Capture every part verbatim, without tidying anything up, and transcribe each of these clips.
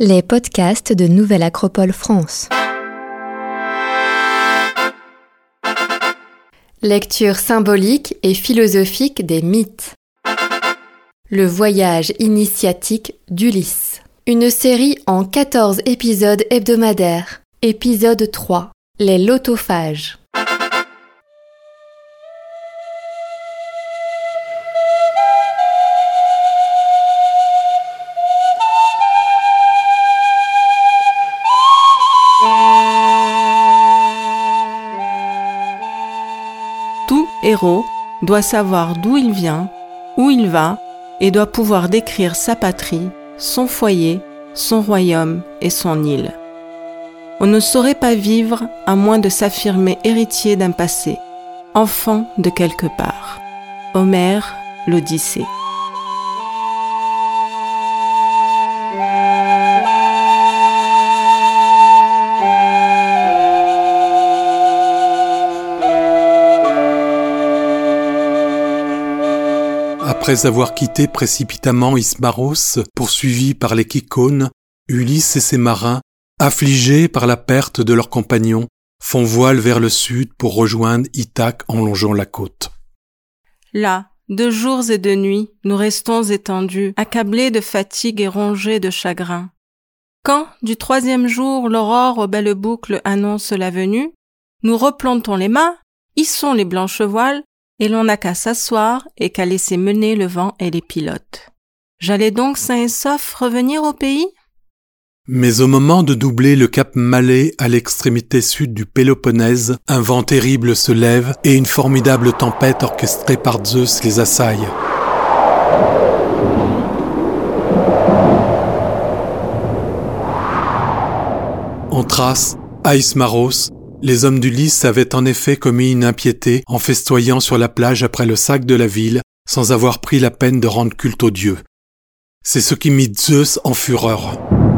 Les podcasts de Nouvelle Acropole France. Lecture symbolique et philosophique des mythes. Le voyage initiatique d'Ulysse. Une série en quatorze épisodes hebdomadaires. Épisode trois. Les lotophages. Tout héros doit savoir d'où il vient, où il va, et doit pouvoir décrire sa patrie, son foyer, son royaume et son île. On ne saurait pas vivre à moins de s'affirmer héritier d'un passé, enfant de quelque part. Homère, l'Odyssée. Après avoir quitté précipitamment Ismaros, poursuivis par les Kyclones, Ulysse et ses marins, affligés par la perte de leurs compagnons, font voile vers le sud pour rejoindre Ithaque en longeant la côte. Là, de jours et de nuits, nous restons étendus, accablés de fatigue et rongés de chagrin. Quand, du troisième jour, l'aurore aux belles boucles annonce la venue, nous replantons les mâts, hissons les blanches voiles, et l'on n'a qu'à s'asseoir et qu'à laisser mener le vent et les pilotes. J'allais donc sain et sauf revenir au pays ? Mais au moment de doubler le cap Malais à l'extrémité sud du Péloponnèse, un vent terrible se lève et une formidable tempête orchestrée par Zeus les assaille. En Thrace, à Ismaros, les hommes d'Ulysse avaient en effet commis une impiété en festoyant sur la plage après le sac de la ville sans avoir pris la peine de rendre culte aux dieux. C'est ce qui mit Zeus en fureur.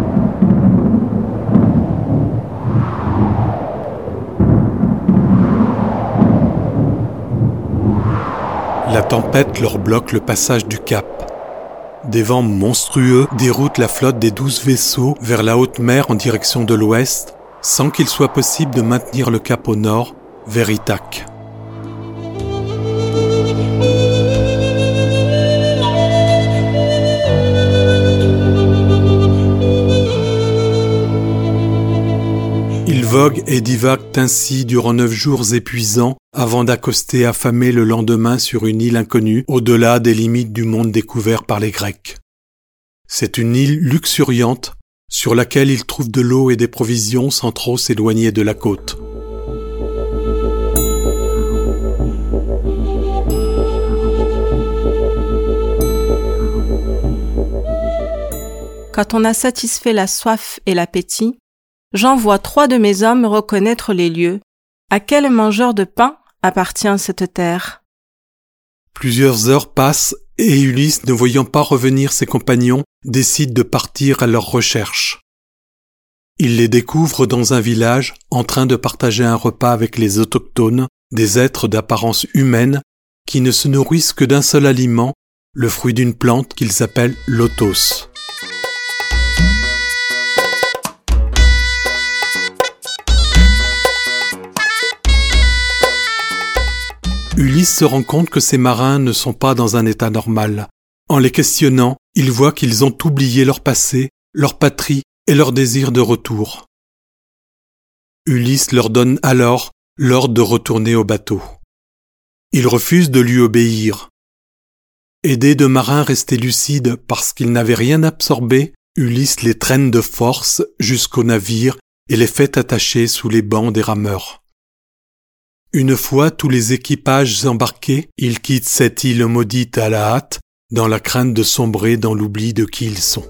La tempête leur bloque le passage du cap. Des vents monstrueux déroutent la flotte des douze vaisseaux vers la haute mer en direction de l'ouest, sans qu'il soit possible de maintenir le cap au nord, vers Ithaque. Ils voguent et divaguent ainsi durant neuf jours épuisants avant d'accoster affamés le lendemain sur une île inconnue au-delà des limites du monde découvert par les Grecs. C'est une île luxuriante sur laquelle ils trouvent de l'eau et des provisions sans trop s'éloigner de la côte. Quand on a satisfait la soif et l'appétit, j'envoie trois de mes hommes reconnaître les lieux. À quel mangeur de pain appartient cette terre ? Plusieurs heures passent et Ulysse, ne voyant pas revenir ses compagnons, décide de partir à leur recherche. Il les découvre dans un village en train de partager un repas avec les autochtones, des êtres d'apparence humaine qui ne se nourrissent que d'un seul aliment, le fruit d'une plante qu'ils appellent lotos. Ulysse se rend compte que ces marins ne sont pas dans un état normal. En les questionnant, il voit qu'ils ont oublié leur passé, leur patrie et leur désir de retour. Ulysse leur donne alors l'ordre de retourner au bateau. Ils refusent de lui obéir. Aidés de marins restés lucides parce qu'ils n'avaient rien absorbé, Ulysse les traîne de force jusqu'au navire et les fait attacher sous les bancs des rameurs. Une fois tous les équipages embarqués, ils quittent cette île maudite à la hâte, dans la crainte de sombrer dans l'oubli de qui ils sont.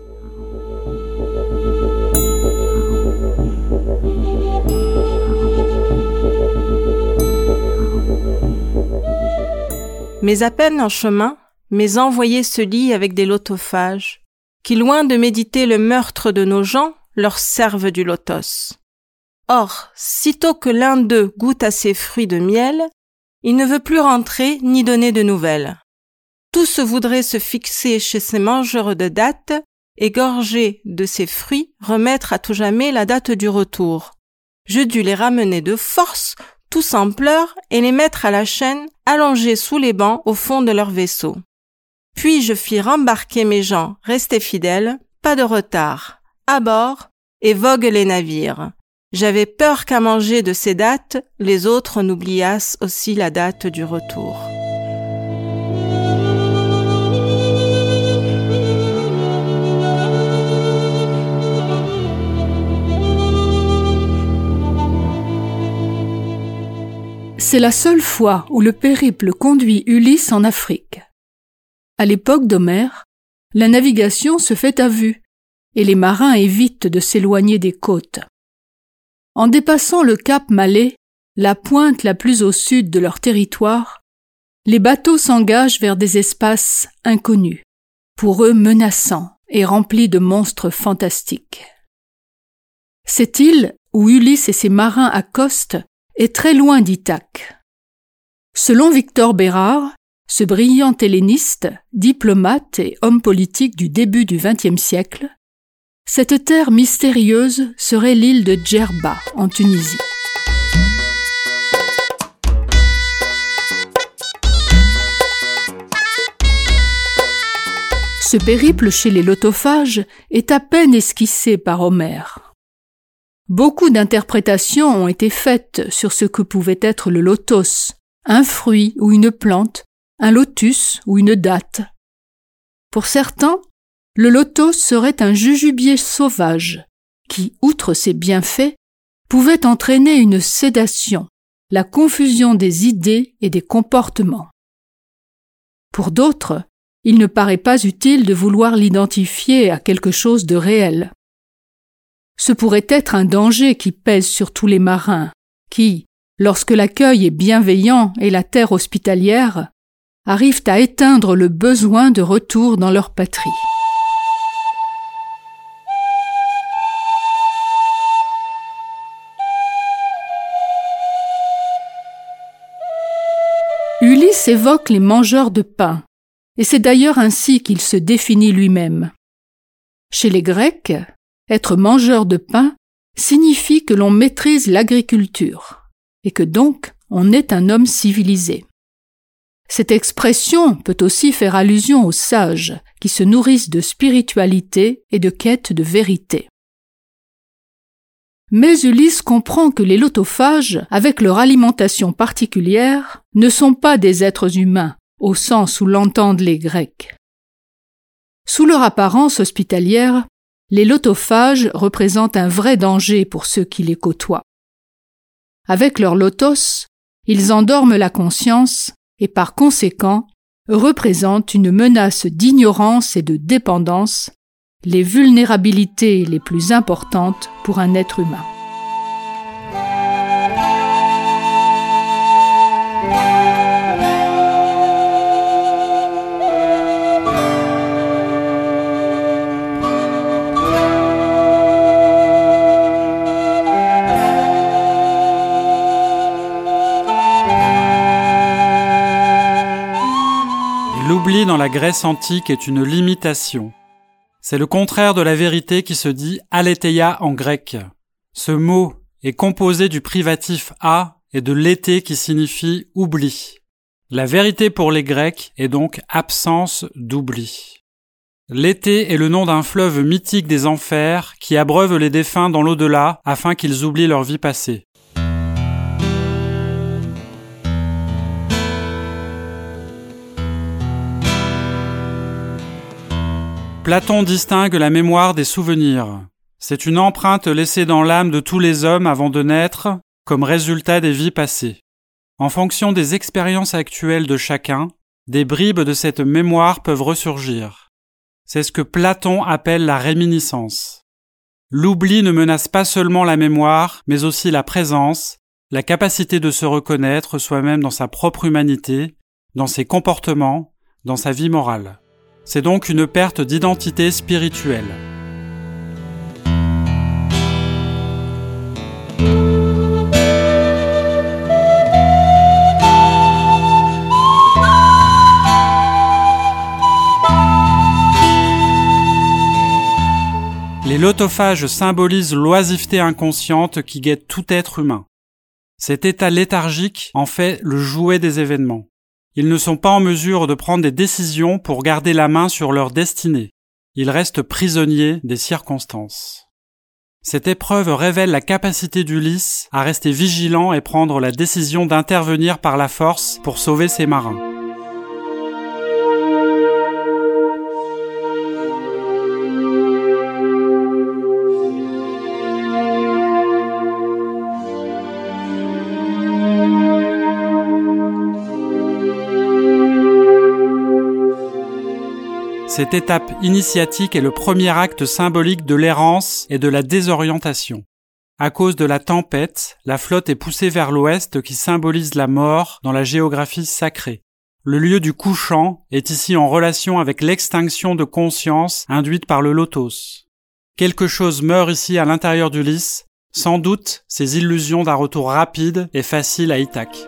Mais à peine en chemin, mes envoyés se lient avec des lotophages, qui, loin de méditer le meurtre de nos gens, leur servent du lotos. Or, sitôt que l'un d'eux goûte à ces fruits de miel, il ne veut plus rentrer ni donner de nouvelles. Tous voudraient se fixer chez ces mangeurs de dattes égorger de ces fruits, remettre à tout jamais la date du retour. Je dus les ramener de force, tous en pleurs, et les mettre à la chaîne, allongés sous les bancs au fond de leur vaisseau. Puis je fis rembarquer mes gens, restés fidèles, pas de retard, à bord, et voguent les navires. J'avais peur qu'à manger de ces dates, les autres n'oubliassent aussi la date du retour. C'est la seule fois où le périple conduit Ulysse en Afrique. À l'époque d'Homère, la navigation se fait à vue et les marins évitent de s'éloigner des côtes. En dépassant le cap Malais, la pointe la plus au sud de leur territoire, les bateaux s'engagent vers des espaces inconnus, pour eux menaçants et remplis de monstres fantastiques. Cette île où Ulysse et ses marins accostent est très loin d'Ithaque. Selon Victor Bérard, ce brillant helléniste, diplomate et homme politique du début du vingtième siècle, cette terre mystérieuse serait l'île de Djerba, en Tunisie. Ce périple chez les lotophages est à peine esquissé par Homère. Beaucoup d'interprétations ont été faites sur ce que pouvait être le lotos, un fruit ou une plante, un lotus ou une date. Pour certains, le lotos serait un jujubier sauvage qui, outre ses bienfaits, pouvait entraîner une sédation, la confusion des idées et des comportements. Pour d'autres, il ne paraît pas utile de vouloir l'identifier à quelque chose de réel. Ce pourrait être un danger qui pèse sur tous les marins, qui, lorsque l'accueil est bienveillant et la terre hospitalière, arrivent à éteindre le besoin de retour dans leur patrie. Ulysse évoque les mangeurs de pain, et c'est d'ailleurs ainsi qu'il se définit lui-même. Chez les Grecs, être mangeur de pain signifie que l'on maîtrise l'agriculture et que donc on est un homme civilisé. Cette expression peut aussi faire allusion aux sages qui se nourrissent de spiritualité et de quête de vérité. Mais Ulysse comprend que les lotophages, avec leur alimentation particulière, ne sont pas des êtres humains, au sens où l'entendent les Grecs. Sous leur apparence hospitalière, les lotophages représentent un vrai danger pour ceux qui les côtoient. Avec leur lotos, ils endorment la conscience et par conséquent représentent une menace d'ignorance et de dépendance, les vulnérabilités les plus importantes pour un être humain. L'oubli dans la Grèce antique est une limitation. C'est le contraire de la vérité qui se dit aletheia en grec. Ce mot est composé du privatif a et de léthé qui signifie oubli. La vérité pour les Grecs est donc absence d'oubli. Léthé est le nom d'un fleuve mythique des enfers qui abreuve les défunts dans l'au-delà afin qu'ils oublient leur vie passée. Platon distingue la mémoire des souvenirs. C'est une empreinte laissée dans l'âme de tous les hommes avant de naître, comme résultat des vies passées. En fonction des expériences actuelles de chacun, des bribes de cette mémoire peuvent ressurgir. C'est ce que Platon appelle la réminiscence. L'oubli ne menace pas seulement la mémoire, mais aussi la présence, la capacité de se reconnaître soi-même dans sa propre humanité, dans ses comportements, dans sa vie morale. C'est donc une perte d'identité spirituelle. Les lotophages symbolisent l'oisiveté inconsciente qui guette tout être humain. Cet état léthargique en fait le jouet des événements. Ils ne sont pas en mesure de prendre des décisions pour garder la main sur leur destinée. Ils restent prisonniers des circonstances. Cette épreuve révèle la capacité d'Ulysse à rester vigilant et prendre la décision d'intervenir par la force pour sauver ses marins. Cette étape initiatique est le premier acte symbolique de l'errance et de la désorientation. À cause de la tempête, la flotte est poussée vers l'ouest qui symbolise la mort dans la géographie sacrée. Le lieu du couchant est ici en relation avec l'extinction de conscience induite par le lotos. Quelque chose meurt ici à l'intérieur d'Ulysse, sans doute ses illusions d'un retour rapide et facile à Ithaque.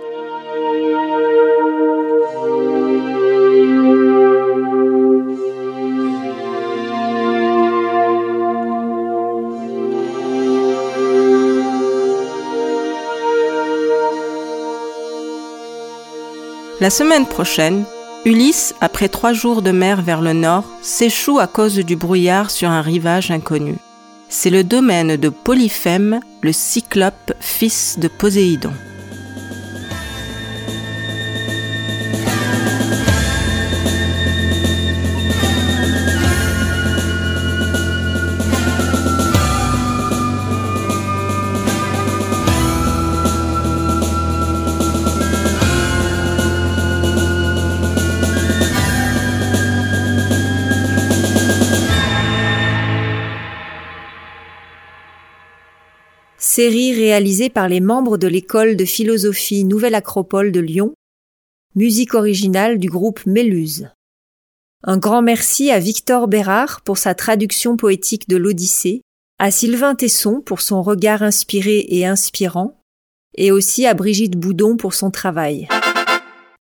La semaine prochaine, Ulysse, après trois jours de mer vers le nord, s'échoue à cause du brouillard sur un rivage inconnu. C'est le domaine de Polyphème, le cyclope, fils de Poséidon. Série réalisée par les membres de l'école de philosophie Nouvelle Acropole de Lyon, musique originale du groupe Méluse. Un grand merci à Victor Bérard pour sa traduction poétique de l'Odyssée, à Sylvain Tesson pour son regard inspiré et inspirant, et aussi à Brigitte Boudon pour son travail.